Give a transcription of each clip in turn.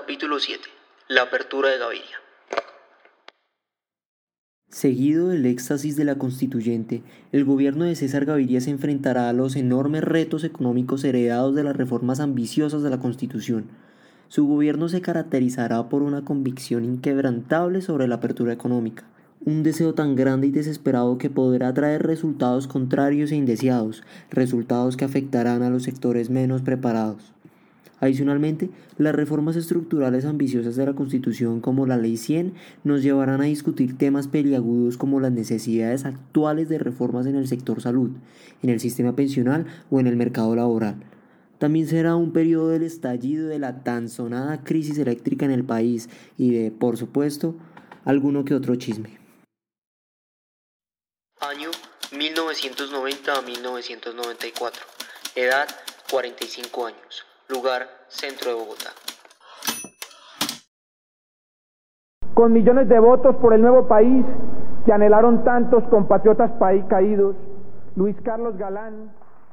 Capítulo 7. La apertura de Gaviria. Seguido del éxtasis de la constituyente, el gobierno de César Gaviria se enfrentará a los enormes retos económicos heredados de las reformas ambiciosas de la Constitución. Su gobierno se caracterizará por una convicción inquebrantable sobre la apertura económica, un deseo tan grande y desesperado que podrá traer resultados contrarios e indeseados, resultados que afectarán a los sectores menos preparados. Adicionalmente, las reformas estructurales ambiciosas de la Constitución como la Ley 100 nos llevarán a discutir temas peliagudos como las necesidades actuales de reformas en el sector salud, en el sistema pensional o en el mercado laboral. También será un periodo del estallido de la tan sonada crisis eléctrica en el país y de, por supuesto, alguno que otro chisme. Año 1990 a 1994. Edad 45 años. Lugar centro de Bogotá. Con millones de votos por el nuevo país que anhelaron tantos compatriotas caídos, Luis Carlos Galán.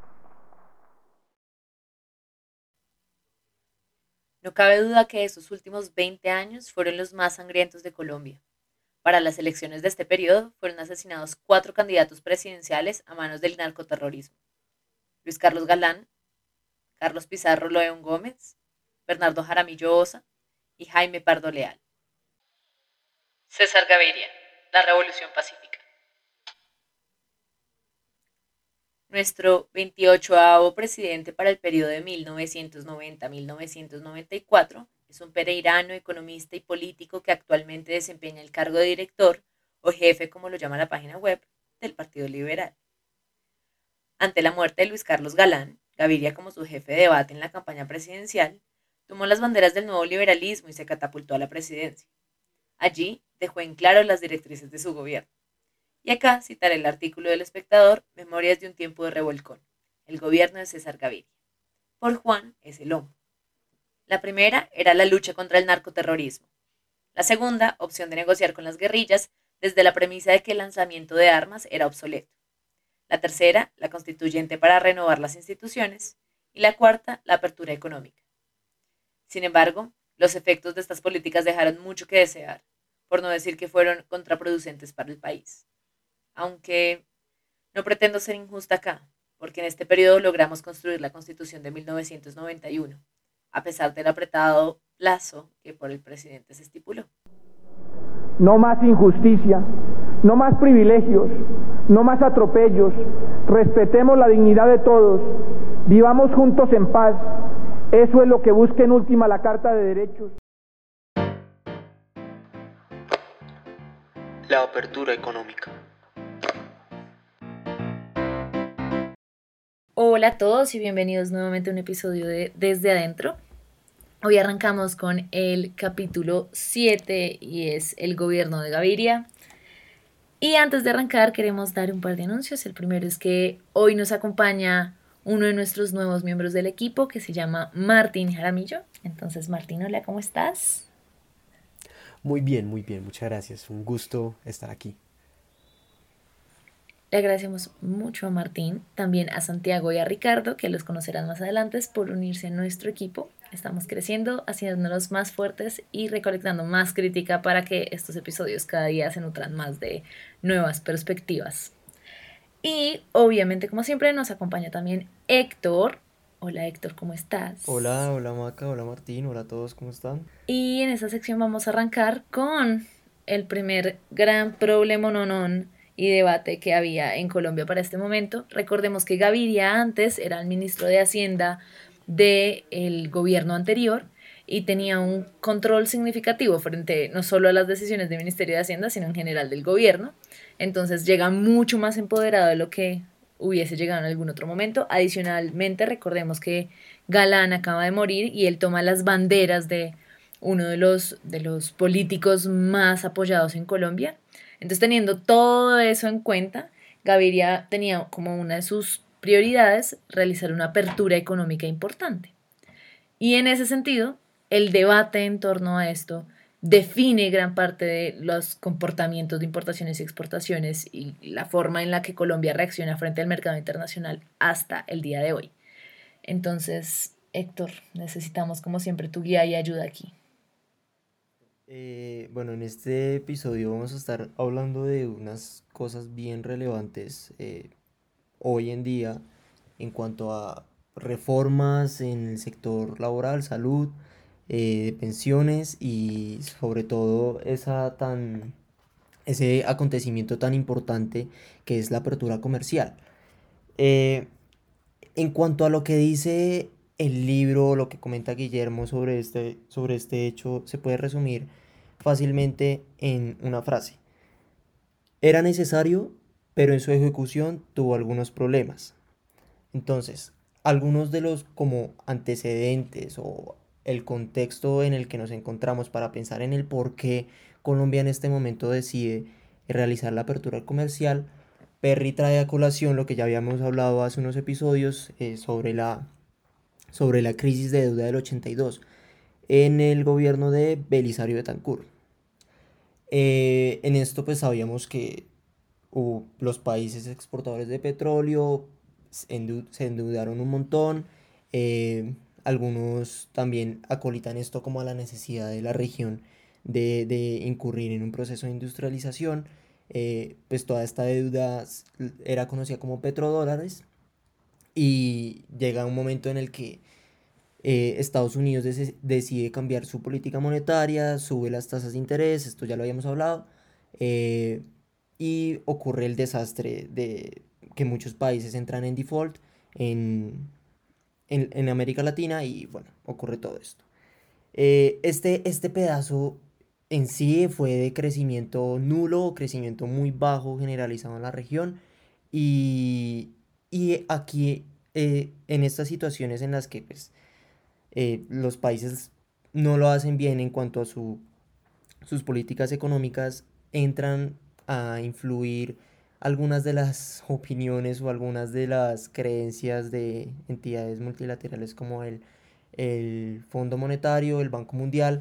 No cabe duda que esos últimos 20 años fueron los más sangrientos de Colombia. Para las elecciones de este periodo fueron asesinados 4 candidatos presidenciales a manos del narcoterrorismo: Luis Carlos Galán, Carlos Pizarro León Gómez, Bernardo Jaramillo Osa y Jaime Pardo Leal. César Gaviria, la Revolución Pacífica. Nuestro 28º presidente para el periodo de 1990 a 1994 es un pereirano, economista y político que actualmente desempeña el cargo de director o jefe, como lo llama la página web, del Partido Liberal. Ante la muerte de Luis Carlos Galán, Gaviria, como su jefe de debate en la campaña presidencial, tomó las banderas del nuevo liberalismo y se catapultó a la presidencia. Allí dejó en claro las directrices de su gobierno. Y acá citaré el artículo del Espectador, Memorias de un tiempo de revolcón, el gobierno de César Gaviria, por Juan S. Lomo. La primera era la lucha contra el narcoterrorismo. La segunda, opción de negociar con las guerrillas desde la premisa de que el lanzamiento de armas era obsoleto. La tercera, la constituyente para renovar las instituciones. Y la cuarta, la apertura económica. Sin embargo, los efectos de estas políticas dejaron mucho que desear, por no decir que fueron contraproducentes para el país. Aunque no pretendo ser injusta acá, porque en este periodo logramos construir la Constitución de 1991, a pesar del apretado plazo que por el presidente se estipuló. No más injusticia, no más privilegios, no más atropellos. Respetemos la dignidad de todos, vivamos juntos en paz. Eso es lo que busca en última la Carta de Derechos. La apertura económica. Hola a todos y bienvenidos nuevamente a un episodio de Desde Adentro. Hoy arrancamos con el capítulo 7 y es el gobierno de Gaviria. Y antes de arrancar queremos dar un par de anuncios. El primero es que hoy nos acompaña uno de nuestros nuevos miembros del equipo que se llama Martín Jaramillo. Entonces, Martín, hola, ¿cómo estás? Muy bien, muchas gracias. Un gusto estar aquí. Le agradecemos mucho a Martín, también a Santiago y a Ricardo, que los conocerán más adelante, por unirse a nuestro equipo. Estamos creciendo, haciéndonos más fuertes y recolectando más crítica para que estos episodios cada día se nutran más de nuevas perspectivas. Y obviamente, como siempre, nos acompaña también Héctor. Hola Héctor, ¿cómo estás? Hola Maca, hola Martín, hola a todos, ¿cómo están? Y en esta sección vamos a arrancar con el primer gran problema y debate que había en Colombia para este momento. Recordemos que Gaviria antes era el ministro de Hacienda del gobierno anterior y tenía un control significativo frente no solo a las decisiones del Ministerio de Hacienda, sino en general del gobierno. Entonces llega mucho más empoderado de lo que hubiese llegado en algún otro momento. Adicionalmente, recordemos que Galán acaba de morir y él toma las banderas de uno de los políticos más apoyados en Colombia. Entonces, teniendo todo eso en cuenta, Gaviria tenía como una de sus prioridades realizar una apertura económica importante. Y en ese sentido, el debate en torno a esto define gran parte de los comportamientos de importaciones y exportaciones y la forma en la que Colombia reacciona frente al mercado internacional hasta el día de hoy. Entonces, Héctor, necesitamos como siempre tu guía y ayuda aquí. Bueno, en este episodio vamos a estar hablando de unas cosas bien relevantes hoy en día en cuanto a reformas en el sector laboral, salud, pensiones y sobre todo ese acontecimiento tan importante que es la apertura comercial. Eh, en cuanto a lo que dice el libro, lo que comenta Guillermo sobre este hecho, se puede resumir fácilmente en una frase. Era necesario, pero en su ejecución tuvo algunos problemas. Entonces, algunos de los como antecedentes o el contexto en el que nos encontramos para pensar en el por qué Colombia en este momento decide realizar la apertura comercial, Perry trae a colación lo que ya habíamos hablado hace unos episodios sobre la crisis de deuda del 82 en el gobierno de Belisario Betancur. En esto pues sabíamos que los países exportadores de petróleo se endeudaron un montón. eh, Algunos también acolitan esto como a la necesidad de la región de incurrir en un proceso de industrialización. Pues toda esta deuda era conocida como petrodólares y llega un momento en el que Estados Unidos decide cambiar su política monetaria, sube las tasas de interés, esto ya lo habíamos hablado, eh, y ocurre el desastre de que muchos países entran en default en, en América Latina y bueno, ocurre todo esto. Este pedazo en sí fue de crecimiento nulo o crecimiento muy bajo generalizado en la región y, y aquí en estas situaciones en las que pues, los países no lo hacen bien en cuanto a sus políticas económicas, entran a influir algunas de las opiniones o algunas de las creencias de entidades multilaterales como el Fondo Monetario, el Banco Mundial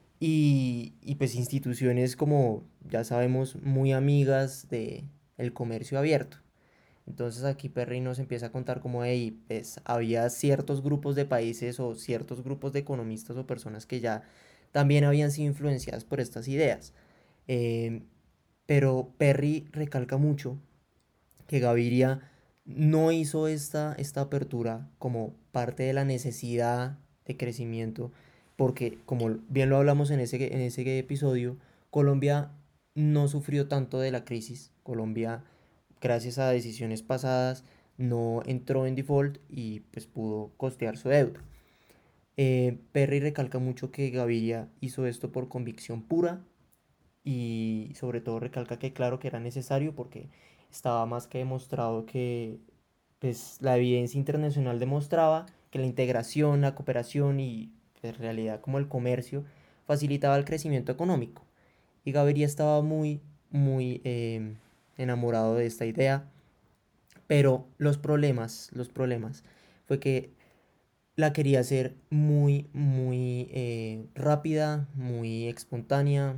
y pues instituciones como ya sabemos muy amigas de el comercio abierto. Entonces aquí Perry nos empieza a contar como hey, pues, había ciertos grupos de países o ciertos grupos de economistas o personas que ya también habían sido influenciadas por estas ideas. Em, pero Perry recalca mucho que Gaviria no hizo esta apertura como parte de la necesidad de crecimiento, porque como bien lo hablamos en ese episodio, Colombia no sufrió tanto de la crisis. Colombia, gracias a decisiones pasadas, no entró en default y pues pudo costear su deuda. Perry recalca mucho que Gaviria hizo esto por convicción pura y sobre todo recalca que claro que era necesario porque estaba más que demostrado que pues la evidencia internacional demostraba que la integración, la cooperación y en realidad como el comercio facilitaba el crecimiento económico. Y Gaviria estaba muy enamorado de esta idea, pero los problemas fue que la quería hacer muy rápida, muy espontánea,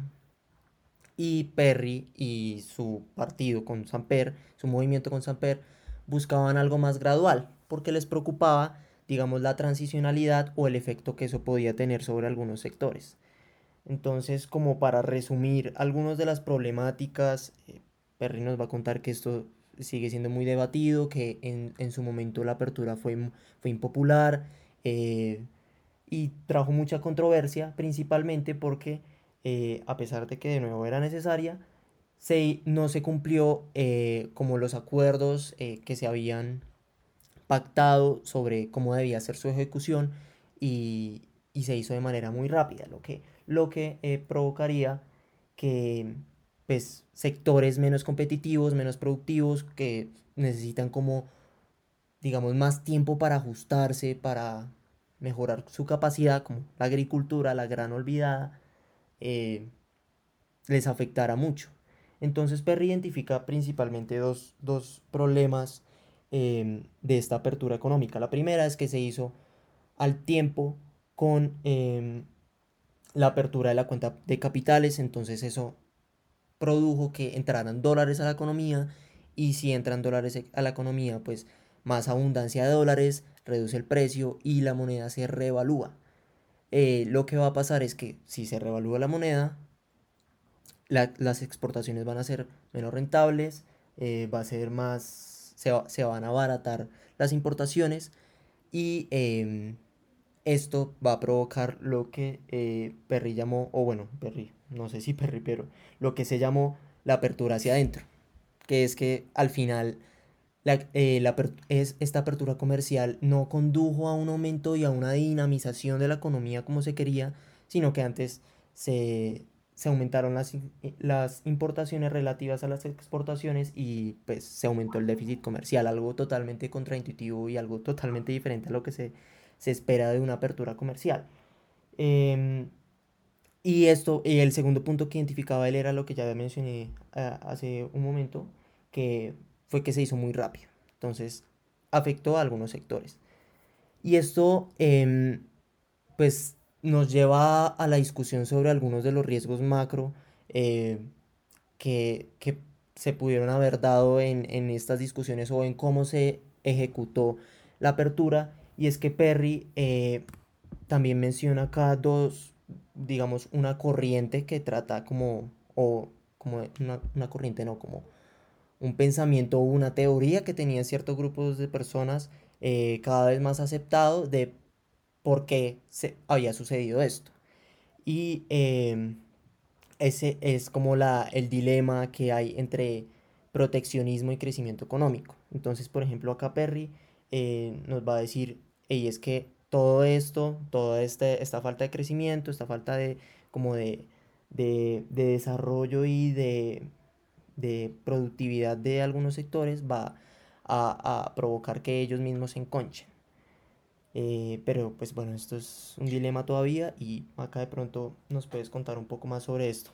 y Perry y su partido con Samper, su movimiento con Samper, buscaban algo más gradual, porque les preocupaba, digamos, la transicionalidad o el efecto que eso podía tener sobre algunos sectores. Entonces, como para resumir algunas de las problemáticas, Perry nos va a contar que esto sigue siendo muy debatido, que en su momento la apertura fue impopular, eh, y trajo mucha controversia, principalmente porque a pesar de que de nuevo era necesaria, no se cumplió como los acuerdos que se habían pactado sobre cómo debía ser su ejecución y se hizo de manera muy rápida, lo que provocaría que pues, sectores menos competitivos, menos productivos, que necesitan como digamos, más tiempo para ajustarse, para mejorar su capacidad, como la agricultura, la gran olvidada, eh, les afectará mucho. Entonces Perry identifica principalmente dos problemas de esta apertura económica. La primera es que se hizo al tiempo con la apertura de la cuenta de capitales, entonces eso produjo que entraran dólares a la economía y si entran dólares a la economía, pues más abundancia de dólares, reduce el precio y la moneda se revalúa. lo que va a pasar es que si se revalúa la moneda, las exportaciones van a ser menos rentables, va a ser más, se van a abaratar las importaciones y esto va a provocar lo que Perry llamó, o bueno, Perry, no sé si Perry, pero lo que se llamó la apertura hacia adentro, que es que al final esta apertura comercial no condujo a un aumento y a una dinamización de la economía como se quería, sino que antes se, se aumentaron las importaciones relativas a las exportaciones y pues se aumentó el déficit comercial, algo totalmente contraintuitivo y algo totalmente diferente a lo que se espera de una apertura comercial. Em, y el segundo punto que identificaba él era lo que ya mencioné hace un momento, que fue que se hizo muy rápido. Entonces, afectó a algunos sectores. Y esto, pues, nos lleva a la discusión sobre algunos de los riesgos macro eh, que se pudieron haber dado en estas discusiones o en cómo se ejecutó la apertura. Y es que Perry también menciona acá digamos, una corriente que trata como una corriente, no, como un pensamiento o una teoría que tenían ciertos grupos de personas cada vez más aceptado de por qué se había sucedido esto. Y ese es como el dilema que hay entre proteccionismo y crecimiento económico. Entonces, por ejemplo, acá Perry nos va a decir, "Ey, es que todo esto, esta falta de crecimiento, esta falta de como de desarrollo y de productividad de algunos sectores va a provocar que ellos mismos se enconchen. Pero pues bueno, esto es un dilema todavía y acá de pronto nos puedes contar un poco más sobre esto.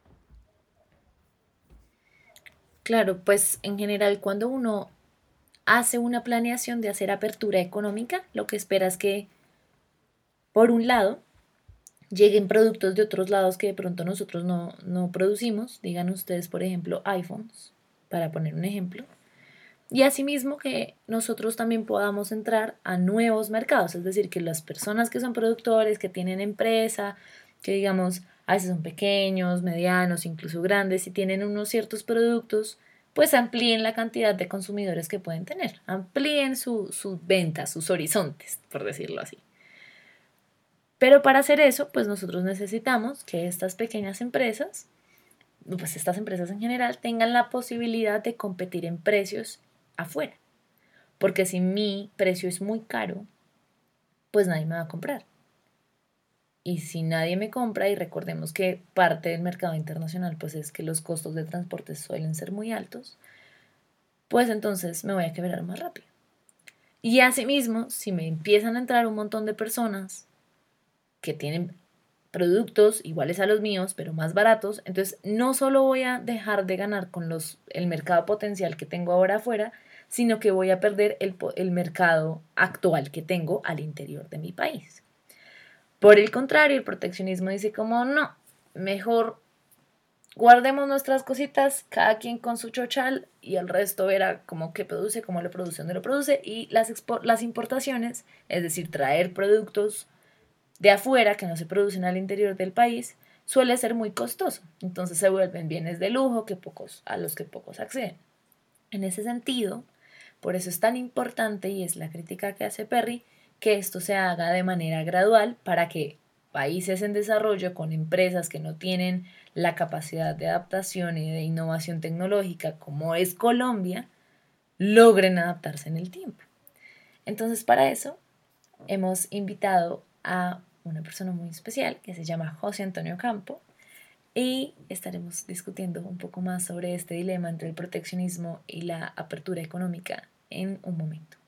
Claro, pues en general cuando uno hace una planeación de hacer apertura económica, lo que espera es que, por un lado, lleguen productos de otros lados que de pronto nosotros no producimos, digan ustedes, por ejemplo, iPhones, para poner un ejemplo, y asimismo que nosotros también podamos entrar a nuevos mercados, es decir, que las personas que son productores, que tienen empresa, que digamos a veces son pequeños, medianos, incluso grandes, y tienen unos ciertos productos, pues amplíen la cantidad de consumidores que pueden tener, amplíen sus ventas, sus horizontes, por decirlo así. Pero para hacer eso, pues nosotros necesitamos que estas pequeñas empresas, pues estas empresas en general, tengan la posibilidad de competir en precios afuera. Porque si mi precio es muy caro, pues nadie me va a comprar. Y si nadie me compra, y recordemos que parte del mercado internacional pues es que los costos de transporte suelen ser muy altos, pues entonces me voy a quebrar más rápido. Y asimismo, si me empiezan a entrar un montón de personas que tienen productos iguales a los míos, pero más baratos, entonces no solo voy a dejar de ganar con el mercado potencial que tengo ahora afuera, sino que voy a perder el mercado actual que tengo al interior de mi país. Por el contrario, el proteccionismo dice como no, mejor guardemos nuestras cositas, cada quien con su chochal y el resto verá cómo que produce, cómo lo produce, dónde lo produce y las importaciones, es decir, traer productos de afuera que no se producen al interior del país, suele ser muy costoso. Entonces se vuelven bienes de lujo a los que pocos acceden. En ese sentido, por eso es tan importante, y es la crítica que hace Perry, que esto se haga de manera gradual para que países en desarrollo con empresas que no tienen la capacidad de adaptación y de innovación tecnológica como es Colombia, logren adaptarse en el tiempo. Entonces, para eso hemos invitado a una persona muy especial que se llama José Antonio Campo y estaremos discutiendo un poco más sobre este dilema entre el proteccionismo y la apertura económica en un momento.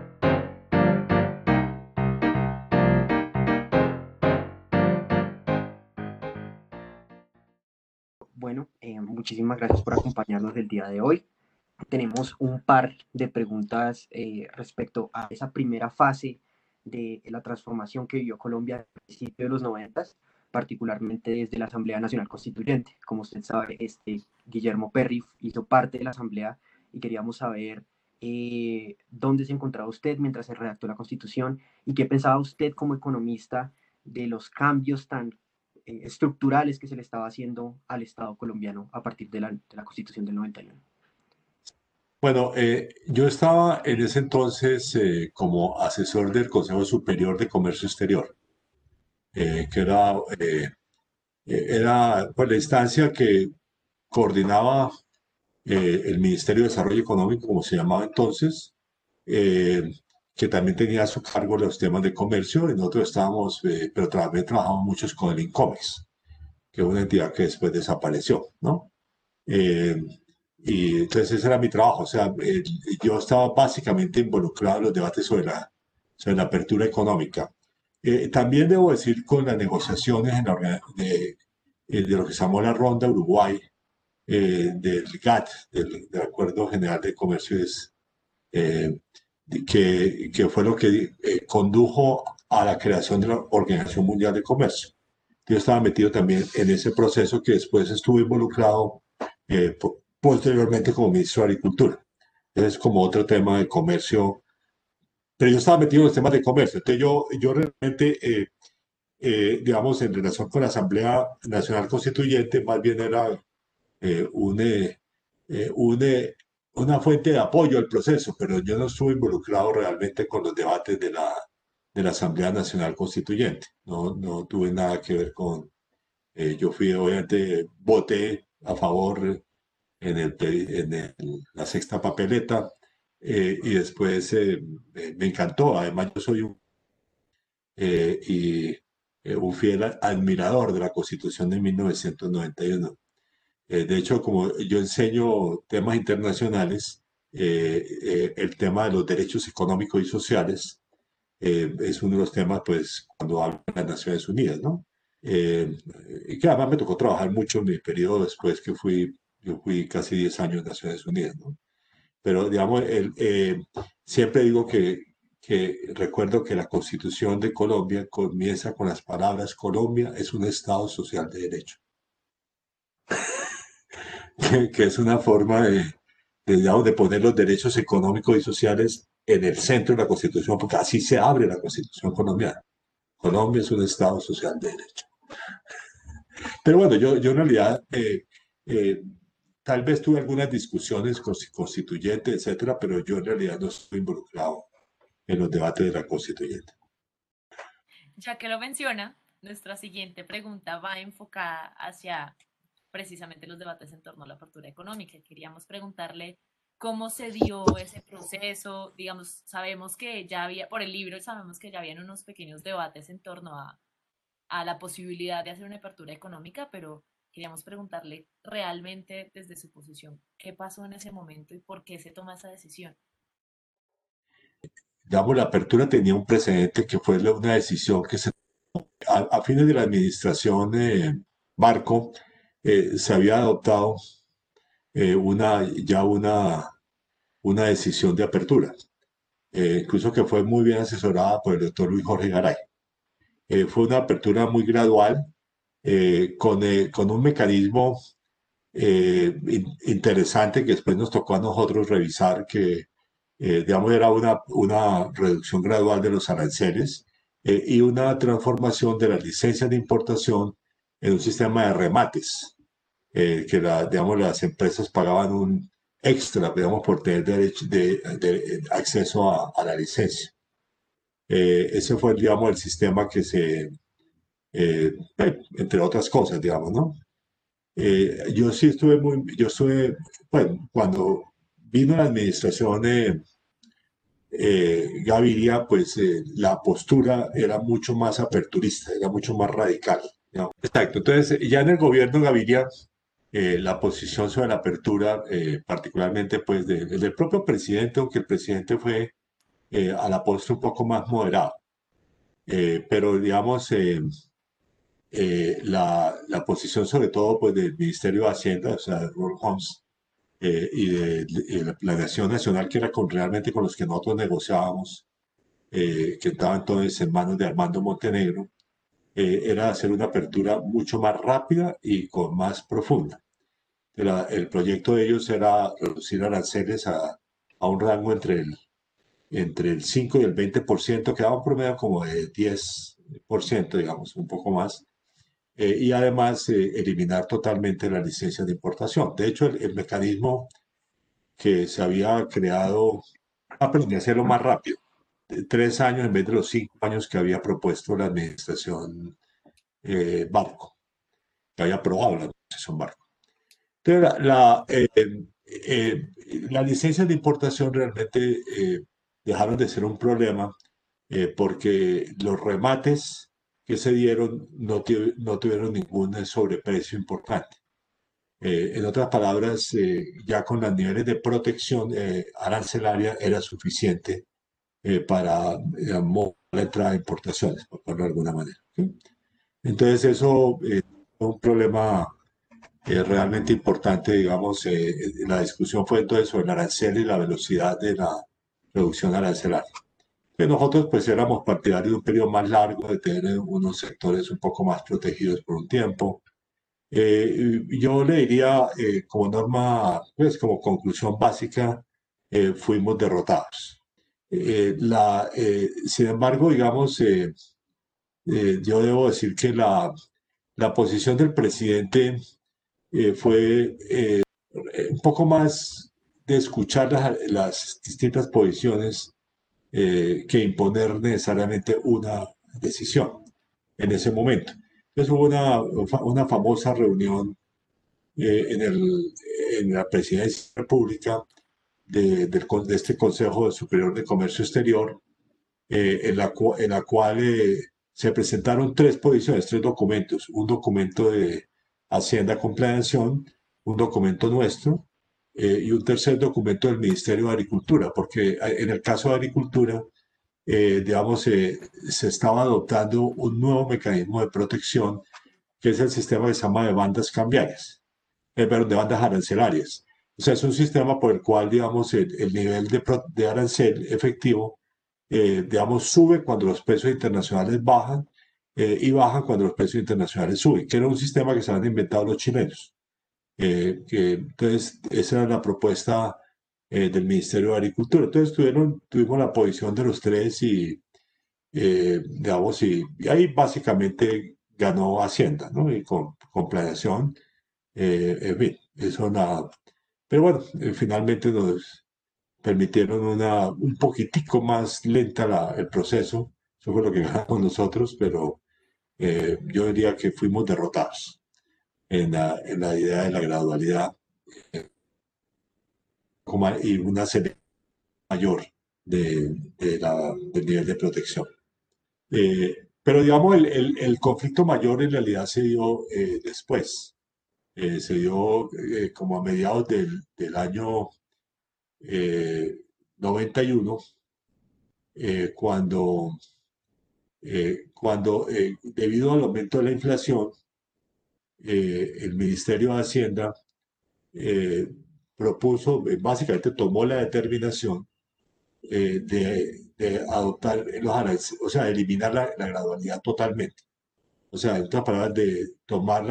Bueno, muchísimas gracias por acompañarnos el día de hoy. Tenemos un par de preguntas respecto a esa primera fase de la transformación que vivió Colombia a principios de los 90, particularmente desde la Asamblea Nacional Constituyente. Como usted sabe, Guillermo Perry hizo parte de la Asamblea y queríamos saber dónde se encontraba usted mientras se redactó la Constitución y qué pensaba usted como economista de los cambios tan estructurales que se le estaba haciendo al Estado colombiano a partir de la Constitución del 91. Bueno, yo estaba en ese entonces como asesor del Consejo Superior de Comercio Exterior, que era pues, la instancia que coordinaba el Ministerio de Desarrollo Económico, como se llamaba entonces, eh, que también tenía a su cargo los temas de comercio, y nosotros estábamos, pero también trabajamos muchos con el INCOMEX, que es una entidad que después desapareció, ¿no? Eh, y entonces ese era mi trabajo, o sea, yo estaba básicamente involucrado en los debates sobre la apertura económica. También debo decir con las negociaciones de lo que se llamó la Ronda Uruguay, del GATT, del Acuerdo General de Comercio, eh, que fue lo que condujo a la creación de la Organización Mundial de Comercio. Yo estaba metido también en ese proceso que después estuve involucrado posteriormente como ministro de Agricultura. Es como otro tema de comercio, pero yo estaba metido en los temas de comercio. Entonces yo realmente, digamos, en relación con la Asamblea Nacional Constituyente, más bien era eh, un, eh, eh, un, eh, una fuente de apoyo al proceso, pero yo no estuve involucrado realmente con los debates de la Asamblea Nacional Constituyente. No, no tuve nada que ver con, yo fui, obviamente, voté a favor la sexta papeleta y después me encantó. Además, yo soy un fiel admirador de la Constitución de 1991. De hecho, como yo enseño temas internacionales, el tema de los derechos económicos y sociales es uno de los temas, pues, cuando hablan de las Naciones Unidas, ¿no? Y que además me tocó trabajar mucho en mi periodo después yo fui casi 10 años en Naciones Unidas, ¿no? Pero, digamos, siempre digo que recuerdo que la Constitución de Colombia comienza con las palabras: Colombia es un Estado social de derecho. Que es una forma digamos, de poner los derechos económicos y sociales en el centro de la Constitución, porque así se abre la Constitución colombiana. Colombia es un Estado social de derecho. Pero bueno, yo en realidad tal vez tuve algunas discusiones constituyentes, etcétera, pero yo en realidad no estoy involucrado en los debates de la constituyente. Ya que lo menciona, nuestra siguiente pregunta va enfocada hacia precisamente los debates en torno a la apertura económica. Queríamos preguntarle cómo se dio ese proceso. Digamos, sabemos que ya había, por el libro sabemos que ya habían unos pequeños debates en torno a la posibilidad de hacer una apertura económica, pero queríamos preguntarle realmente desde su posición, ¿qué pasó en ese momento y por qué se toma esa decisión? Digamos, la apertura tenía un precedente que fue una decisión que a fines de la administración Barco se había adoptado ya una decisión de apertura, incluso que fue muy bien asesorada por el doctor Luis Jorge Garay. Fue una apertura muy gradual, con un mecanismo interesante que después nos tocó a nosotros revisar, que digamos era una reducción gradual de los aranceles y una transformación de las licencias de importación en un sistema de remates, digamos, las empresas pagaban un extra, digamos, por tener de acceso a la licencia. Ese fue, digamos, el sistema que entre otras cosas, digamos, ¿no? Yo sí bueno, cuando vino la administración Gaviria, pues la postura era mucho más aperturista, era mucho más radical, ¿no? Exacto, entonces ya en el gobierno Gaviria, la posición sobre la apertura, particularmente pues del propio presidente, aunque el presidente fue a la postre un poco más moderado, pero digamos, la posición sobre todo pues del Ministerio de Hacienda, o sea, de Roll Homes, y de la Planeación Nacional, que era realmente con los que nosotros negociábamos, que estaban entonces en manos de Armando Montenegro, era hacer una apertura mucho más rápida y con más profunda. El proyecto de ellos era reducir aranceles a un rango entre el 5 y el 20%, que daba un promedio como de 10%, digamos, un poco más, y además eliminar totalmente las licencias de importación. De hecho, el mecanismo que se había creado, perdón, de hacerlo más rápido, 3 años en vez de los 5 años que había propuesto la administración Barco, que había aprobado la administración Barco. Entonces, eh, las licencias de importación realmente dejaron de ser un problema porque los remates que se dieron no tuvieron ningún sobreprecio importante. En otras palabras, ya con los niveles de protección arancelaria era suficiente para la entrada de importaciones, por ponerlo de alguna manera. ¿Sí? Entonces eso fue un problema realmente importante, digamos. La discusión fue entonces sobre el arancel y la velocidad de la reducción arancelaria. Nosotros pues éramos partidarios de un periodo más largo, de tener unos sectores un poco más protegidos por un tiempo. Yo le diría, como norma, pues como conclusión básica, fuimos derrotados. Sin embargo, digamos, yo debo decir que la posición del presidente fue un poco más de escuchar las distintas posiciones que imponer necesariamente una decisión en ese momento. Entonces hubo una famosa reunión en la Presidencia de la República de este Consejo Superior de Comercio Exterior, en la cual se presentaron tres posiciones, tres documentos: un documento de Hacienda con planeación, un documento nuestro y un tercer documento del Ministerio de Agricultura, porque en el caso de Agricultura, digamos, se estaba adoptando un nuevo mecanismo de protección, que es el sistema que se llama de bandas cambiarias, perdón, de bandas arancelarias. O sea, es un sistema por el cual, digamos, el nivel de arancel efectivo, digamos, sube cuando los precios internacionales bajan y bajan cuando los precios internacionales suben, que era un sistema que se habían inventado los chilenos. Entonces, esa era la propuesta del Ministerio de Agricultura. Entonces, tuvimos la posición de los tres y, digamos, y ahí básicamente ganó Hacienda, ¿no? Y con planeación, en fin, eso nada. Pero bueno, finalmente nos permitieron un poquitico más lenta el proceso. Eso fue lo que ganamos nosotros, pero yo diría que fuimos derrotados en la idea de la gradualidad y una serie mayor del nivel de protección. Pero digamos, el conflicto mayor en realidad se dio después. Se dio como a mediados del año 91, cuando debido al aumento de la inflación, el Ministerio de Hacienda propuso, básicamente tomó la determinación de adoptar los aranceles, o sea, de eliminar la gradualidad totalmente. O sea, en otras palabras, de tomar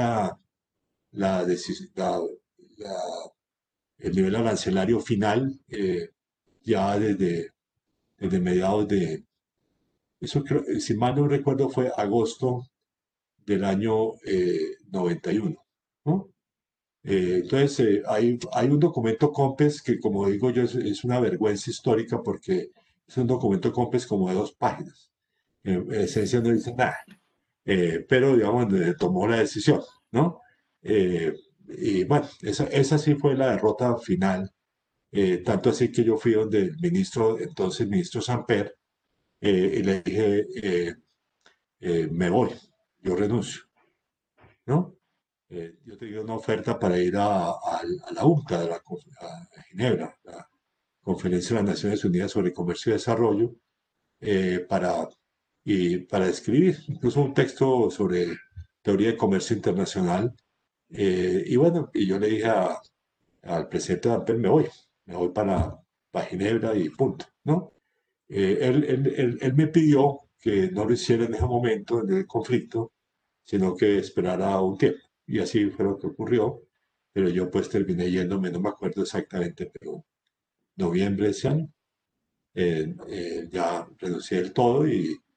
el nivel arancelario final ya desde mediados eso creo, si mal no recuerdo, fue agosto del año 91, ¿no? Entonces, hay un documento COMPES que, como digo yo, es una vergüenza histórica, porque es un documento COMPES como de 2 páginas. En esencia no dice nada, pero, digamos, tomó la decisión, ¿no? Y bueno, esa sí fue la derrota final, tanto así que yo fui donde el entonces ministro Samper, y le dije, me voy, yo renuncio, ¿no? Yo tenía una oferta para ir a la UNCTAD, a Ginebra, la Conferencia de las Naciones Unidas sobre Comercio y Desarrollo, para escribir incluso un texto sobre teoría de comercio internacional. Y bueno, y yo le dije al presidente Damper, me voy para Ginebra y punto, ¿no? Él me pidió que no lo hiciera en ese momento, en el conflicto, sino que esperara un tiempo. Y así fue lo que ocurrió, pero yo pues terminé yéndome, no me acuerdo exactamente, pero noviembre de ese año, ya renuncié del todo y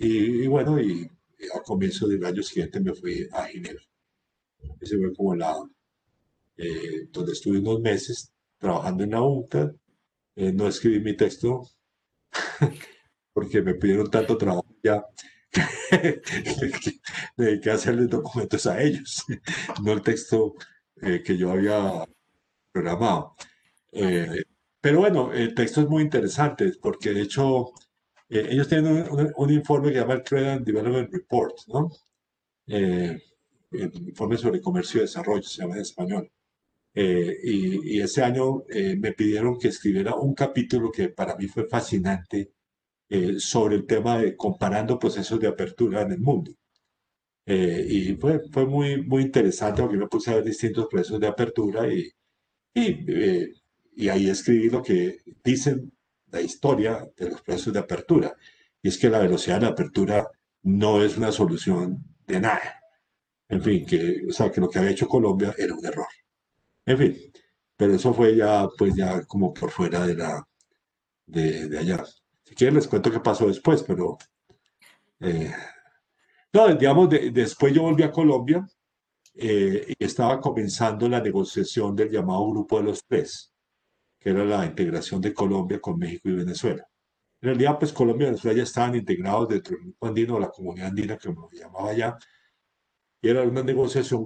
y bueno, y a comienzo del año siguiente me fui a Ginebra. Ese fue como donde estuve unos meses trabajando en la UNCTAD. No escribí mi texto porque me pidieron tanto trabajo ya que me dediqué a hacerles documentos a ellos, no el texto que yo había programado. Eh, pero bueno, el texto es muy interesante porque de hecho ellos tienen un informe que se llama el Trade and Development Report, ¿no? Eh, el informe sobre comercio y desarrollo, se llama en español. Y ese año me pidieron que escribiera un capítulo que para mí fue fascinante sobre el tema de comparando procesos de apertura en el mundo. Y fue muy interesante porque me puse a ver distintos procesos de apertura y, eh, y ahí escribí lo que dicen la historia de los procesos de apertura. Y es que la velocidad de la apertura no es una solución de nada. En fin, o sea, que lo que había hecho Colombia era un error. En fin, pero eso fue ya, pues ya como por fuera de allá. Si quieren les cuento qué pasó después, pero eh, no, digamos, después yo volví a Colombia y estaba comenzando la negociación del llamado Grupo de los Tres, que era la integración de Colombia con México y Venezuela. En realidad, pues Colombia y Venezuela ya estaban integrados dentro del grupo andino, o la comunidad andina, que me llamaba allá, y era una negociación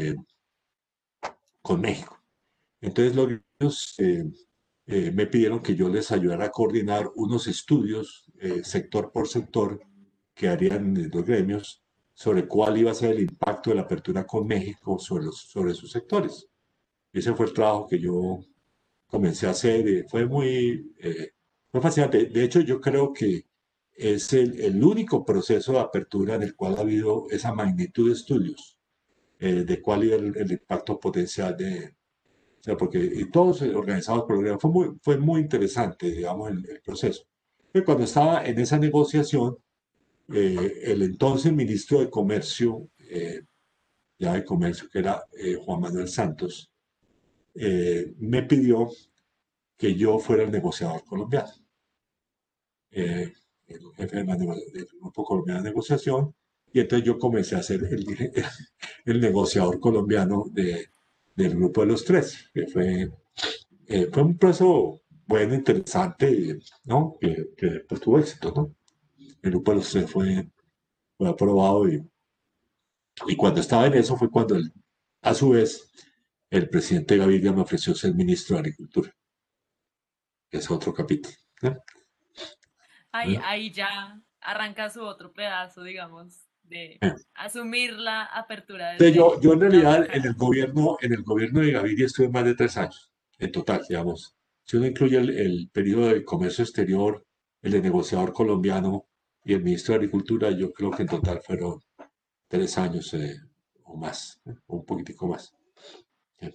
con México. Entonces, los niños me pidieron que yo les ayudara a coordinar unos estudios, sector por sector, que harían los gremios sobre cuál iba a ser el impacto de la apertura con México sobre sus sectores. Ese fue el trabajo que yo comencé a hacer. Fue fascinante. De hecho, yo creo que es el único proceso de apertura en el cual ha habido esa magnitud de estudios de cuál era el impacto potencial o sea, porque y todos organizados por el gobierno. Fue muy interesante, digamos, el proceso. Y cuando estaba en esa negociación, el entonces ministro de Comercio, ya de Comercio, que era Juan Manuel Santos, me pidió que yo fuera el negociador colombiano, eh, el jefe del Grupo Colombiano de Negociación, y entonces yo comencé a ser el negociador colombiano del Grupo de los Tres, que fue un proceso bueno, interesante, ¿no? Que pues, tuvo éxito, ¿no? El Grupo de los Tres fue aprobado y cuando estaba en eso fue cuando, a su vez, el presidente Gaviria me ofreció ser ministro de Agricultura, que es otro capítulo, ¿no? Ahí ya arranca su otro pedazo, digamos, de Eh. asumir la apertura Entonces, desde yo en la otra realidad cara. en el gobierno de Gaviria estuve más de 3 años, en total, digamos. Si uno incluye el periodo de comercio exterior, el de negociador colombiano y el ministro de Agricultura, yo creo que en total fueron 3 años o más, o un poquitico más. Sí.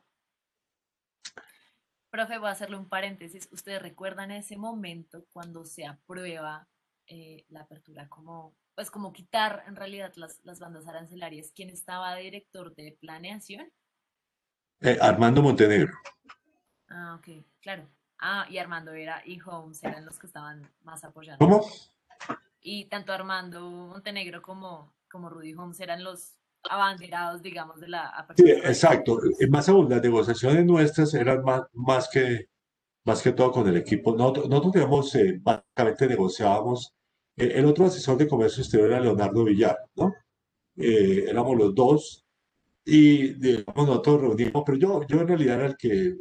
Profe, voy a hacerle un paréntesis. ¿Ustedes recuerdan ese momento cuando se aprueba la apertura como, pues como quitar en realidad las bandas arancelarias? ¿Quién estaba de director de planeación? Armando Montenegro. Ah, ok, claro. Ah, y Armando Vera y Holmes eran los que estaban más apoyando. ¿Cómo? Y tanto Armando Montenegro como Rudy Holmes eran los abanderados, digamos, de la Sí, apertura radical. exacto. Más aún, las negociaciones nuestras eran más que todo con el equipo. Nosotros digamos, básicamente negociábamos. El otro asesor de comercio exterior era Leonardo Villar, ¿no? Éramos los dos y digamos, nosotros reunimos, pero yo en realidad era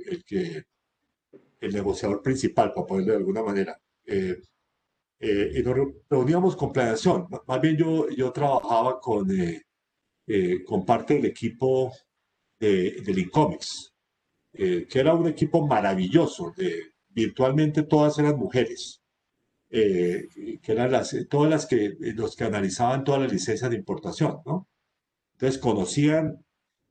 el negociador principal, para ponerlo de alguna manera. Y nos reuníamos con planeación. Más bien yo trabajaba con parte del equipo del Incomex, que era un equipo maravilloso. Virtualmente todas eran mujeres, que eran todas los que analizaban todas las licencias de importación, ¿no? Entonces conocían,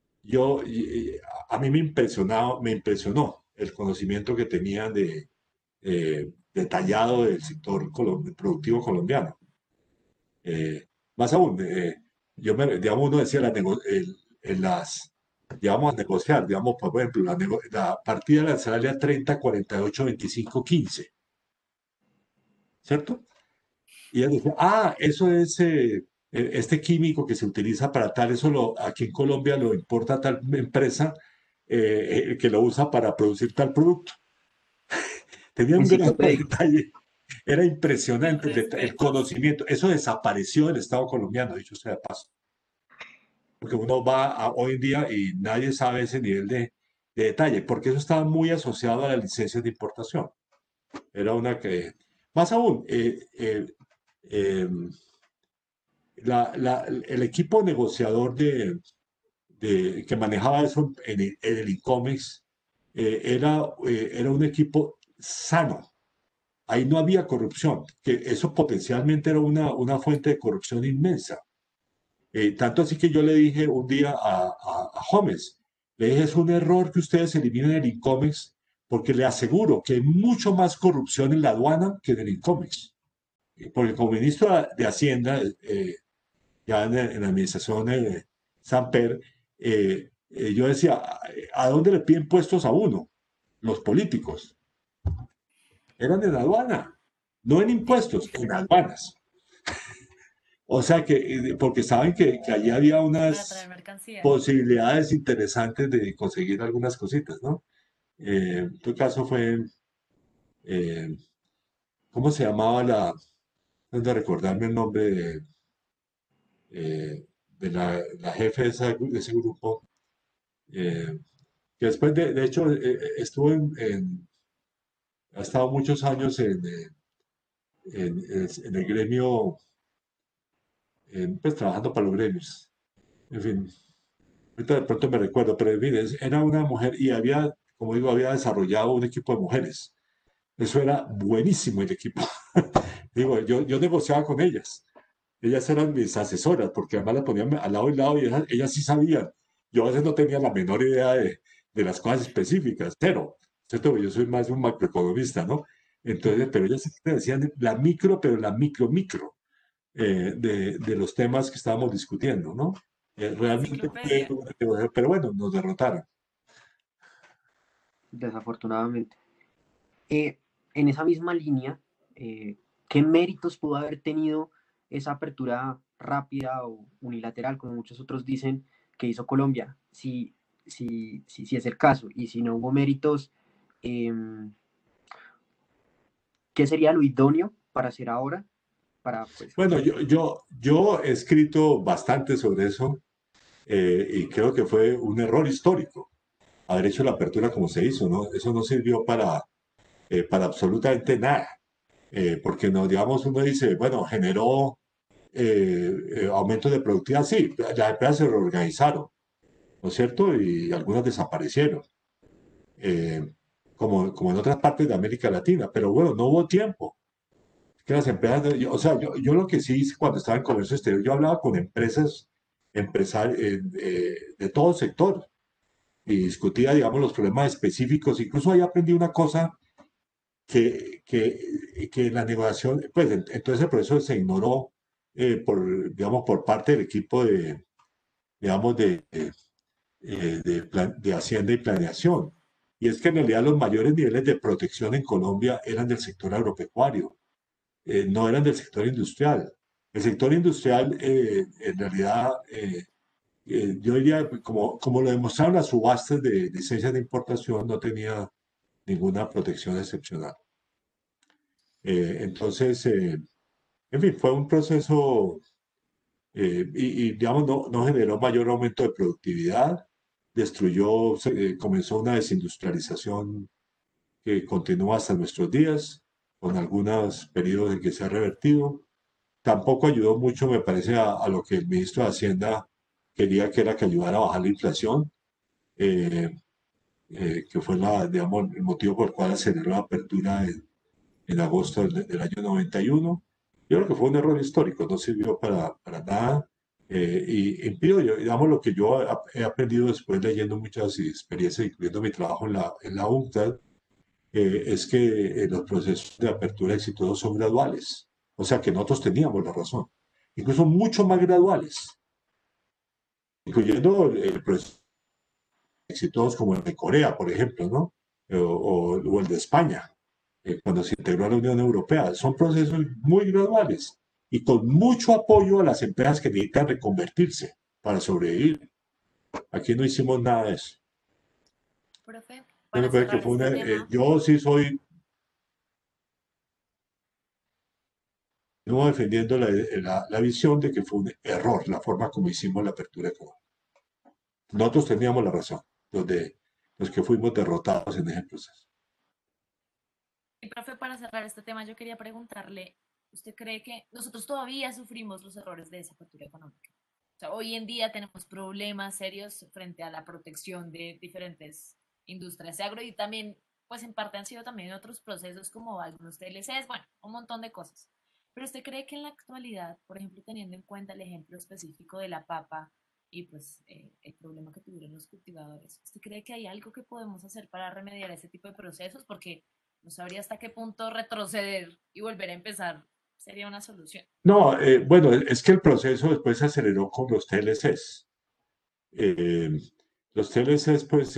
a mí me impresionó el conocimiento que tenían detallado del sector productivo colombiano. Más aún, digamos, uno decía, digamos, a negociar, digamos, por ejemplo, la partida arancelaria 30, 48, 25, 15, ¿cierto? Y ella dice, eso es este químico que se utiliza para tal, aquí en Colombia lo importa tal empresa que lo usa para producir tal producto. Tenía un gran Enciclopédico. detalle, era Mis impresionante el respetos. conocimiento. Eso desapareció del Estado colombiano, dicho sea de paso. Porque uno va hoy en día y nadie sabe ese nivel de detalle, porque eso estaba muy asociado a las licencias de importación. Era una que, más aún, eh, el equipo negociador que manejaba eso en el ICOMEX era un equipo sano. Ahí no había corrupción, que eso potencialmente era una fuente de corrupción inmensa. Tanto así que yo le dije un día a Gómez, le dije, es un error que ustedes eliminen el ICOMEX, porque le aseguro que hay mucho más corrupción en la aduana que en el ICOMEX. Porque como ministro de Hacienda, ya en la administración Samper, yo decía, ¿a dónde le piden puestos a uno? Los políticos. Eran en aduana, no en impuestos, en aduanas. O sea que, porque saben que allí había Para traer unas mercancía. posibilidades interesantes de conseguir algunas cositas, ¿no? En tu caso fue, eh, ¿cómo se llamaba no de recordarme el nombre eh, de la jefe de ese grupo? eh, que después de hecho estuvo ha estado muchos años en el gremio, pues trabajando para los gremios. En fin, ahorita de pronto me recuerdo, pero en fin, era una mujer y había, como digo, había desarrollado un equipo de mujeres. Eso era buenísimo el equipo. Digo, yo negociaba con ellas. Ellas eran mis asesoras, porque además las ponían al lado y lado y ellas sí sabían. Yo a veces no tenía la menor idea de las cosas específicas, pero, ¿cierto? Yo soy más un macroeconomista, ¿no? Entonces, pero ellas sí te decían la micro, pero la micro, de los temas que estábamos discutiendo, ¿no? Realmente fue, Enciclopedia. pero bueno, nos derrotaron. Desafortunadamente. Eh, en esa misma línea, ¿qué méritos pudo haber tenido esa apertura rápida o unilateral, como muchos otros dicen, que hizo Colombia? Si es el caso, y si no hubo méritos, eh, ¿qué sería lo idóneo para hacer ahora? Para, pues, Bueno, yo he escrito bastante sobre eso y creo que fue un error histórico haber hecho la apertura como se hizo, ¿no? Eso no sirvió para absolutamente nada, porque no, digamos, uno dice, bueno, generó aumento de productividad, sí, las empresas se reorganizaron, ¿no es cierto? Y algunas desaparecieron, eh, como en otras partes de América Latina, pero bueno, no hubo tiempo. Que las empresas, o sea, yo lo que sí hice cuando estaba en comercio exterior, yo hablaba con de todo sector y discutía, digamos, los problemas específicos. Incluso ahí aprendí una cosa que en la negociación, pues entonces el proceso se ignoró digamos, por parte del equipo digamos, de Hacienda y Planeación. Y es que en realidad los mayores niveles de protección en Colombia eran del sector agropecuario, no eran del sector industrial. El sector industrial, en realidad, yo diría, como lo demostraron las subastas de licencias de importación, no tenía ninguna protección excepcional. Entonces, en fin, fue un proceso digamos, no generó mayor aumento de productividad, comenzó una desindustrialización que continúa hasta nuestros días, con algunos periodos en que se ha revertido. Tampoco ayudó mucho, me parece, a lo que el ministro de Hacienda quería, que era que ayudara a bajar la inflación, eh, que fue digamos, el motivo por el cual aceleró la apertura en agosto del año 91. Yo creo que fue un error histórico, no sirvió para nada. Y impido, digamos, lo que yo he aprendido después leyendo muchas experiencias, incluyendo mi trabajo en la UNCTAD, es que los procesos de apertura exitosos son graduales. O sea que nosotros teníamos la razón. Incluso mucho más graduales, incluyendo el proceso exitosos como el de Corea, por ejemplo, ¿no? O el de España, cuando se integró a la Unión Europea. Son procesos muy graduales. y con mucho apoyo a las empresas que necesitan reconvertirse para sobrevivir. Aquí no hicimos nada de eso. Profe, Yo me para parece que cerrar fue este tema, yo sí soy, no defendiendo la visión de que fue un error la forma como hicimos la apertura económica. Nosotros teníamos la razón, los que fuimos derrotados en ese proceso. y profe, para cerrar este tema, yo quería preguntarle, ¿usted cree que nosotros todavía sufrimos los errores de esa apertura económica? O sea, hoy en día tenemos problemas serios frente a la protección de diferentes industrias de agro y también, pues en parte han sido también otros procesos como algunos TLCs, bueno, un montón de cosas. Pero usted cree que en la actualidad, por ejemplo, teniendo en cuenta el ejemplo específico de la papa y pues el problema que tuvieron los cultivadores, ¿usted cree que hay algo que podemos hacer para remediar ese tipo de procesos? Porque no sabría hasta qué punto retroceder y volver a empezar sería una solución. No, bueno, es que el proceso después se aceleró con los TLCs. Eh, los TLCs, pues,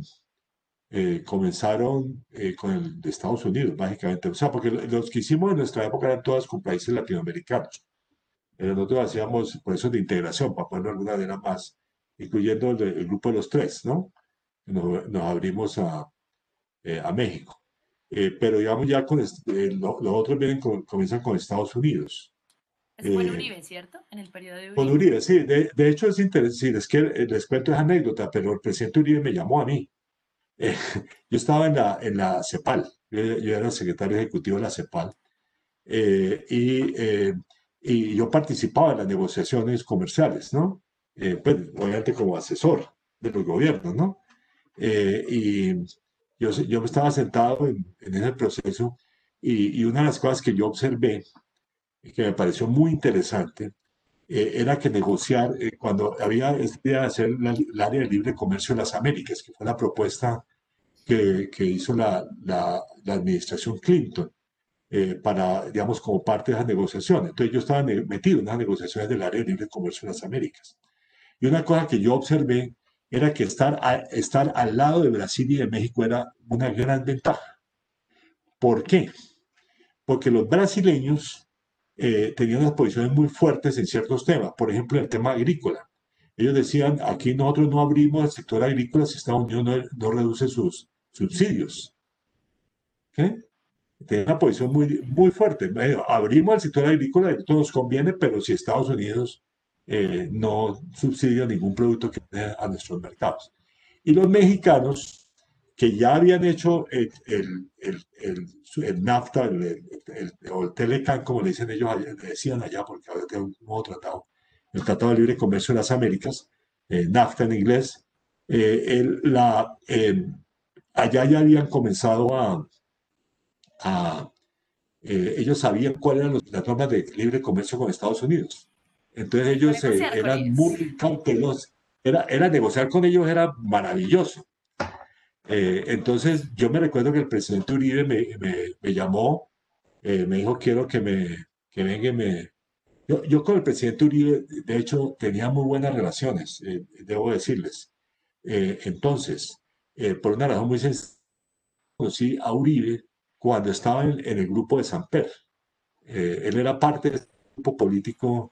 comenzaron con el de Estados Unidos, básicamente. O sea, porque los que hicimos en nuestra época eran todas con países latinoamericanos. Nosotros hacíamos procesos de integración, para ponerlo de alguna manera más, incluyendo el grupo de los tres, ¿no? Nos abrimos a México. Pero digamos ya los otros comienzan con Estados Unidos. Eso fue en Eh, Uribe, ¿cierto? En el periodo de con Uribe. Uribe, sí. De hecho es interesante, es que les cuento esa anécdota, pero el presidente Uribe me llamó a mí. Eh, yo estaba en la CEPAL, yo era secretario ejecutivo de la CEPAL, eh, y, eh, y yo participaba en las negociaciones comerciales, ¿no? Pues, obviamente como asesor de los gobiernos, ¿no? Y yo estaba sentado en ese proceso y una de las cosas que yo observé, y que me pareció muy interesante, era que negociar, cuando había esta idea de hacer el área de libre comercio de las Américas, que fue la propuesta que hizo la administración Clinton para, digamos, como parte de esas negociaciones. Entonces yo estaba metido en las negociaciones del área de libre comercio de las Américas. Y una cosa que yo observé era que estar al lado de Brasil y de México era una gran ventaja. ¿Por qué? Porque los brasileños tenían unas posiciones muy fuertes en ciertos temas, por ejemplo, el tema agrícola. Ellos decían, aquí nosotros no abrimos el sector agrícola si Estados Unidos no reduce sus subsidios. ¿Okay? Tiene una posición muy, muy fuerte. Abrimos el sector agrícola, esto nos conviene, pero si Estados Unidos no subsidia ningún producto que venga a nuestros mercados. Y los mexicanos, que ya habían hecho el NAFTA, o el Telecan, como le dicen ellos, le decían allá, porque ahora tiene un nuevo tratado, el Tratado de Libre Comercio de las Américas, NAFTA en inglés, allá ya habían comenzado a ellos sabían cuáles eran las normas de libre comercio con Estados Unidos. Entonces Empezó a ellos negociar con eran ellos. muy cautelosos. Era negociar con ellos era maravilloso. Entonces yo me recuerdo que el presidente Uribe me llamó, me dijo, quiero que venga y me... Yo con el presidente Uribe, de hecho, tenía muy buenas relaciones, debo decirles. Entonces, por una razón muy sencilla, conocí a Uribe cuando estaba en el grupo de Samper. Él era parte del grupo político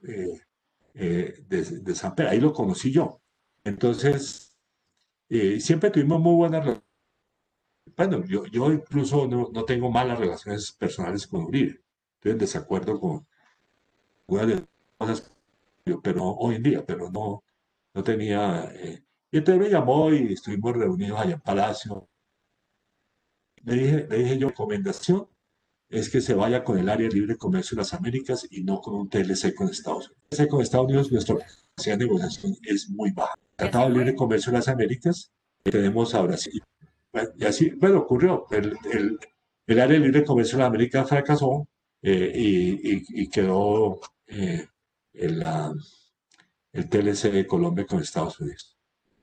de Samper, ahí lo conocí yo. Entonces, siempre tuvimos muy buenas relaciones. Bueno, yo incluso no tengo malas relaciones personales con Uribe. Estoy en desacuerdo con algunas de las cosas, pero hoy en día, pero no tenía... y entonces me llamó y estuvimos reunidos allá en Palacio. Le dije yo, recomendación es que se vaya con el área de libre comercio de las Américas y no con un TLC con Estados Unidos. TLC con Estados Unidos, nuestra capacidad de negociación es muy baja. ¿Y así Tratado de Libre fue? Comercio de las Américas, tenemos a Brasil. Y así, bueno, ocurrió. El área de libre comercio de las Américas fracasó y quedó el, la- el TLC de Colombia con Estados Unidos.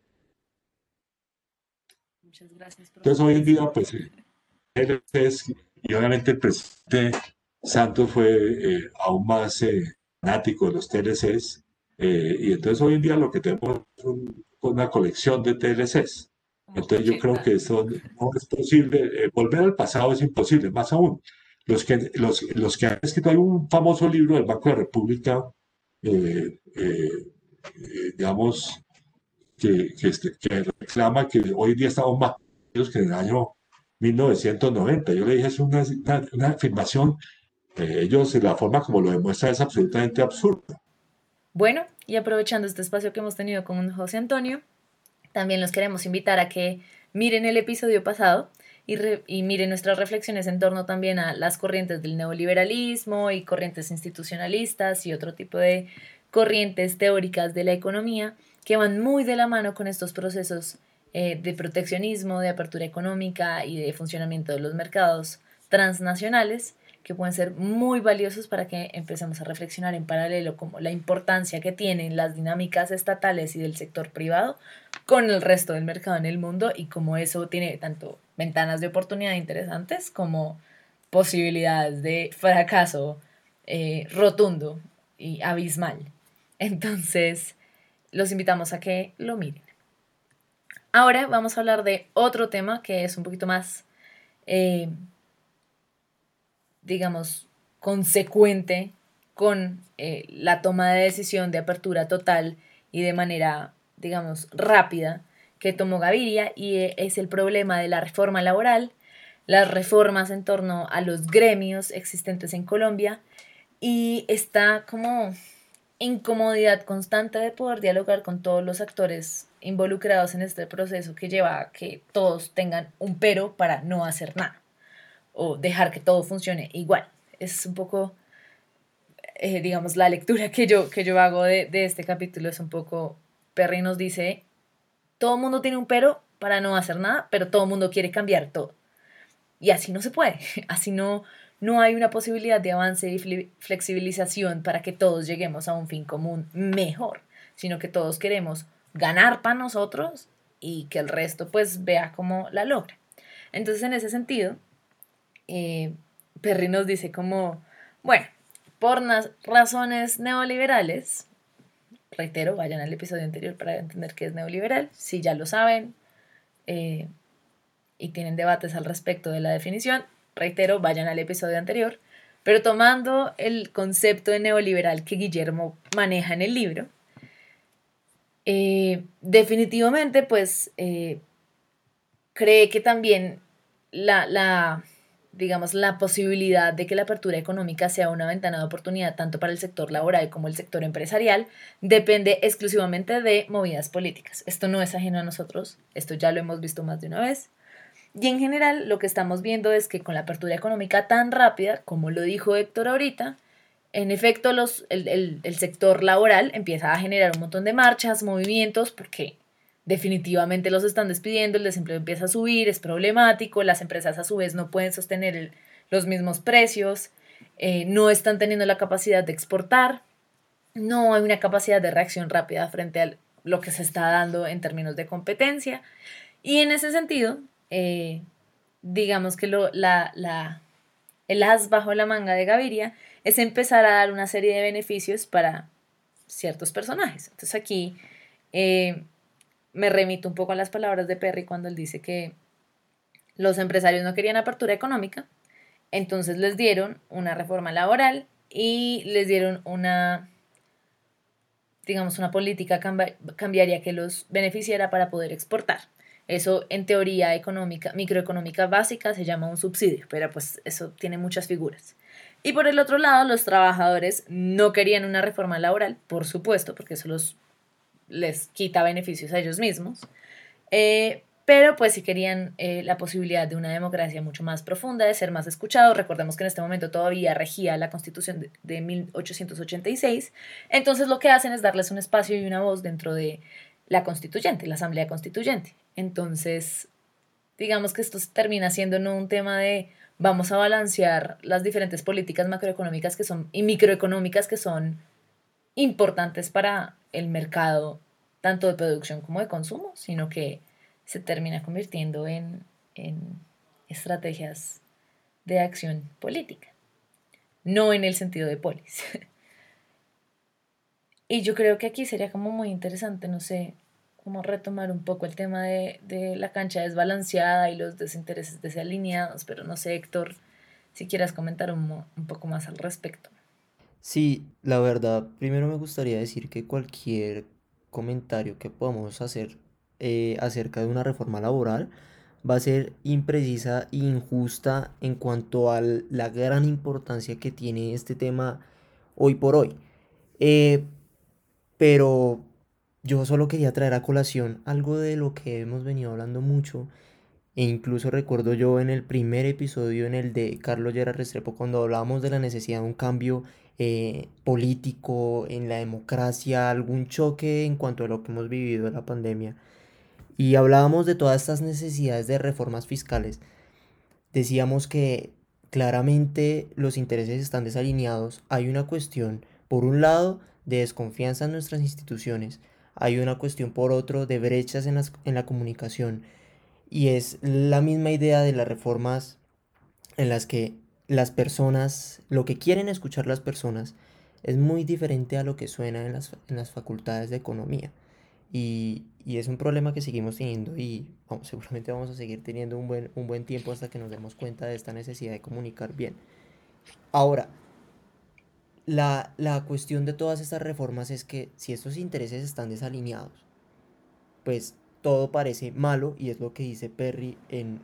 Muchas gracias, profe, Entonces, por hoy en eso. día, pues, TLCs, y obviamente el presidente Santos fue aún más fanático de los TLCs, y entonces hoy en día lo que tenemos es una colección de TLCs. Como Entonces yo creo 80. que eso no es posible, volver al pasado es imposible, más aún. los que han escrito, hay un famoso libro del Banco de la República, eh, eh, digamos, que reclama que hoy día estamos más perdidos que en el año 1990. Yo le dije, es una afirmación, ellos, la forma como lo demuestran es absolutamente absurda. Bueno, y aprovechando este espacio que hemos tenido con José Antonio, también los queremos invitar a que miren el episodio pasado y miren nuestras reflexiones en torno también a las corrientes del neoliberalismo y corrientes institucionalistas y otro tipo de corrientes teóricas de la economía que van muy de la mano con estos procesos de proteccionismo, de apertura económica y de funcionamiento de los mercados transnacionales que pueden ser muy valiosos para que empecemos a reflexionar en paralelo como la importancia que tienen las dinámicas estatales y del sector privado con el resto del mercado en el mundo y cómo eso tiene tanto ventanas de oportunidad interesantes como posibilidades de fracaso rotundo y abismal. Entonces, los invitamos a que lo miren. Ahora vamos a hablar de otro tema que es un poquito más, digamos, consecuente con la toma de decisión de apertura total y de manera, digamos, rápida que tomó Gaviria y es el problema de la reforma laboral, las reformas en torno a los gremios existentes en Colombia y esta como incomodidad constante de poder dialogar con todos los actores involucrados en este proceso que lleva a que todos tengan un pero para no hacer nada o dejar que todo funcione igual. Es un poco, digamos, la lectura que yo hago de este capítulo es un poco, Perry nos dice, todo el mundo tiene un pero para no hacer nada, pero todo el mundo quiere cambiar todo. Y así no se puede, así no hay una posibilidad de avance y flexibilización para que todos lleguemos a un fin común mejor, sino que todos queremos ganar para nosotros y que el resto pues vea cómo la logra. Entonces en ese sentido, Perry nos dice como, bueno, por razones neoliberales, reitero, vayan al episodio anterior para entender qué es neoliberal, si ya lo saben y tienen debates al respecto de la definición, reitero, vayan al episodio anterior, pero tomando el concepto de neoliberal que Guillermo maneja en el libro, definitivamente pues cree que también digamos, la posibilidad de que la apertura económica sea una ventana de oportunidad tanto para el sector laboral como el sector empresarial depende exclusivamente de movidas políticas. Esto no es ajeno a nosotros, esto ya lo hemos visto más de una vez. Y en general lo que estamos viendo es que con la apertura económica tan rápida, como lo dijo Héctor ahorita, en efecto el sector laboral empieza a generar un montón de marchas, movimientos, porque definitivamente los están despidiendo, el desempleo empieza a subir, es problemático, las empresas a su vez no pueden sostener los mismos precios, no están teniendo la capacidad de exportar, no hay una capacidad de reacción rápida frente a lo que se está dando en términos de competencia. Y en ese sentido, digamos que el as bajo la manga de Gaviria es empezar a dar una serie de beneficios para ciertos personajes. Entonces aquí me remito un poco a las palabras de Perry cuando él dice que los empresarios no querían apertura económica, entonces les dieron una reforma laboral y les dieron digamos, una política cambiaria que los beneficiara para poder exportar. Eso en teoría económica, microeconómica básica se llama un subsidio, pero pues eso tiene muchas figuras. Y por el otro lado, los trabajadores no querían una reforma laboral, por supuesto, porque eso les quita beneficios a ellos mismos, pero pues sí querían la posibilidad de una democracia mucho más profunda, de ser más escuchados. Recordemos que en este momento todavía regía la Constitución de 1886, entonces lo que hacen es darles un espacio y una voz dentro de la constituyente, la Asamblea Constituyente. Entonces, digamos que esto termina siendo no un tema de vamos a balancear las diferentes políticas macroeconómicas y microeconómicas que son importantes para el mercado, tanto de producción como de consumo, sino que se termina convirtiendo en estrategias de acción política, no en el sentido de polis. Y yo creo que aquí sería como muy interesante, no sé, como retomar un poco el tema de la cancha desbalanceada y los desintereses desalineados, pero no sé, Héctor, si quieras comentar un poco más al respecto. Sí, la verdad, primero me gustaría decir que cualquier comentario que podamos hacer acerca de una reforma laboral va a ser imprecisa e injusta en cuanto a la gran importancia que tiene este tema hoy por hoy. Eh, pero yo solo quería traer a colación algo de lo que hemos venido hablando mucho e incluso recuerdo yo en el primer episodio, en el de Carlos Lleras Restrepo, cuando hablábamos de la necesidad de un cambio político en la democracia, algún choque en cuanto a lo que hemos vivido en la pandemia. Y hablábamos de todas estas necesidades de reformas fiscales. Decíamos que claramente los intereses están desalineados. Hay una cuestión, por un lado, de desconfianza en nuestras instituciones. Hay una cuestión, por otro, de brechas en la comunicación. Y es la misma idea de las reformas en las que las personas, lo que quieren escuchar las personas, es muy diferente a lo que suena en las facultades de economía. Y es un problema que seguimos teniendo y vamos, seguramente vamos a seguir teniendo un buen tiempo hasta que nos demos cuenta de esta necesidad de comunicar bien. Ahora, la cuestión de todas estas reformas es que si estos intereses están desalineados, pues todo parece malo y es lo que dice Perry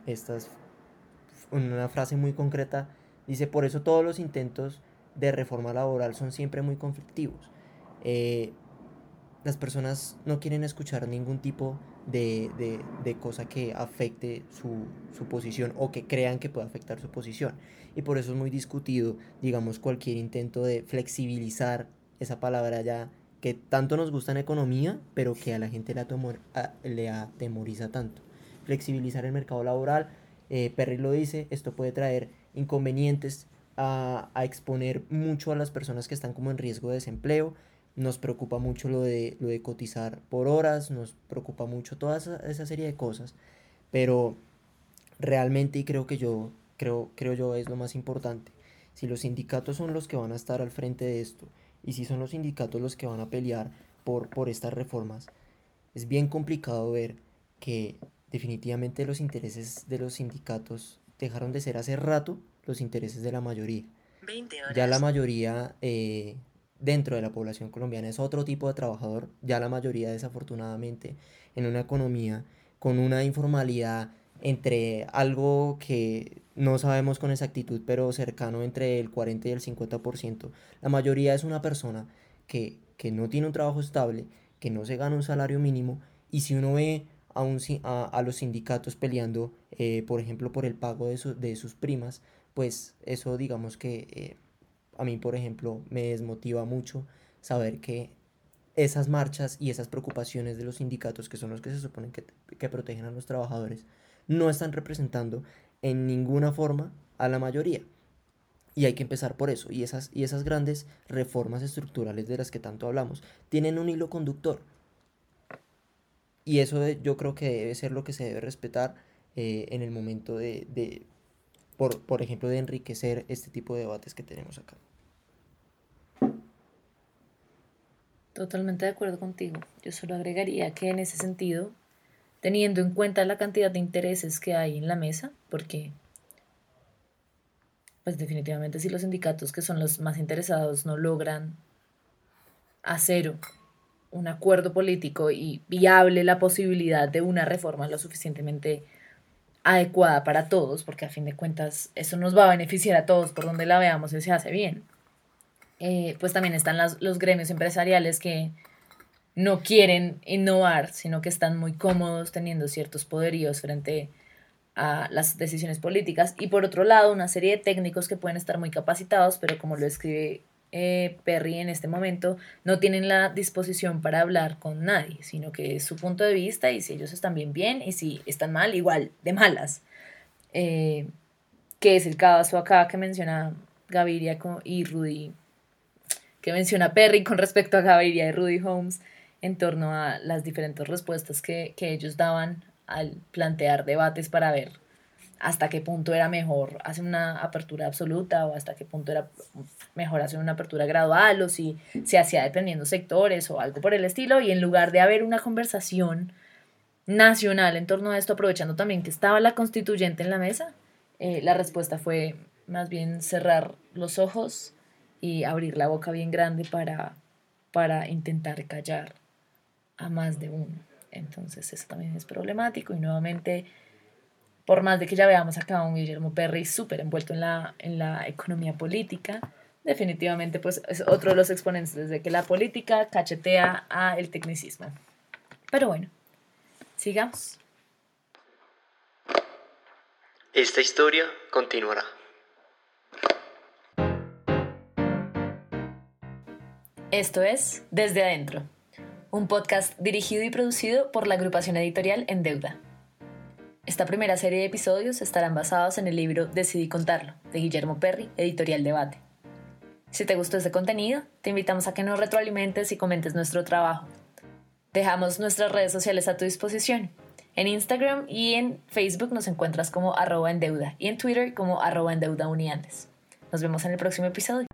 en una frase muy concreta. Dice, por eso todos los intentos de reforma laboral son siempre muy conflictivos. Eh, las personas no quieren escuchar ningún tipo de cosa que afecte su posición o que crean que pueda afectar su posición. Y por eso es muy discutido, digamos, cualquier intento de flexibilizar esa palabra ya que tanto nos gusta en economía, pero que a la gente le atemoriza tanto. Flexibilizar el mercado laboral, Perry lo dice, esto puede traer inconvenientes a exponer mucho a las personas que están como en riesgo de desempleo. Nos preocupa mucho lo de cotizar por horas, nos preocupa mucho toda esa serie de cosas, pero realmente, y creo yo es lo más importante, si los sindicatos son los que van a estar al frente de esto, y si son los sindicatos los que van a pelear por estas reformas, es bien complicado ver que definitivamente los intereses de los sindicatos dejaron de ser hace rato los intereses de la mayoría. 20 Ya la horas. mayoría dentro de la población colombiana es otro tipo de trabajador, ya la mayoría desafortunadamente en una economía con una informalidad entre algo que no sabemos con exactitud, pero cercano entre el 40 y el 50%. La mayoría es una persona que no tiene un trabajo estable, que no se gana un salario mínimo, y si uno ve a los sindicatos peleando, por ejemplo, por el pago de sus primas, pues eso digamos que a mí, por ejemplo, me desmotiva mucho saber que esas marchas y esas preocupaciones de los sindicatos, que son los que se suponen que protegen a los trabajadores, no están representando en ninguna forma a la mayoría. Y hay que empezar por eso. Y esas grandes reformas estructurales de las que tanto hablamos tienen un hilo conductor. Y eso yo creo que debe ser lo que se debe respetar en el momento por ejemplo, de enriquecer este tipo de debates que tenemos acá. Totalmente de acuerdo contigo. Yo solo agregaría que en ese sentido, teniendo en cuenta la cantidad de intereses que hay en la mesa, porque pues definitivamente si los sindicatos que son los más interesados no logran hacer un acuerdo político y viable la posibilidad de una reforma lo suficientemente adecuada para todos, porque a fin de cuentas eso nos va a beneficiar a todos por donde la veamos y se hace bien. Pues también están los gremios empresariales que no quieren innovar, sino que están muy cómodos teniendo ciertos poderíos frente a las decisiones políticas. Y por otro lado, una serie de técnicos que pueden estar muy capacitados, pero como lo escribe Perry en este momento, no tienen la disposición para hablar con nadie, sino que es su punto de vista y si ellos están bien, bien, y si están mal, igual, de malas. Eh, que es el caso acá que menciona Gaviria y Rudy, que menciona Perry con respecto a Gaviria y Rudy Holmes en torno a las diferentes respuestas que ellos daban al plantear debates para ver hasta qué punto era mejor hacer una apertura absoluta o hasta qué punto era mejor hacer una apertura gradual o si se hacía dependiendo sectores o algo por el estilo, y en lugar de haber una conversación nacional en torno a esto, aprovechando también que estaba la constituyente en la mesa, la respuesta fue más bien cerrar los ojos y abrir la boca bien grande para intentar callar a más de uno. Entonces eso también es problemático y nuevamente, por más de que ya veamos acá a un Guillermo Perry súper envuelto en la economía política, definitivamente pues es otro de los exponentes de que la política cachetea al tecnicismo. Pero bueno, sigamos. Esta historia continuará. Esto es Desde Adentro, un podcast dirigido y producido por la agrupación editorial En Deuda. Esta primera serie de episodios estarán basados en el libro Decidí contarlo, de Guillermo Perry, editorial Debate. Si te gustó este contenido, te invitamos a que nos retroalimentes y comentes nuestro trabajo. Dejamos nuestras redes sociales a tu disposición. En Instagram y en Facebook nos encuentras como @endeuda y en Twitter como @endeudauniandes. Nos vemos en el próximo episodio.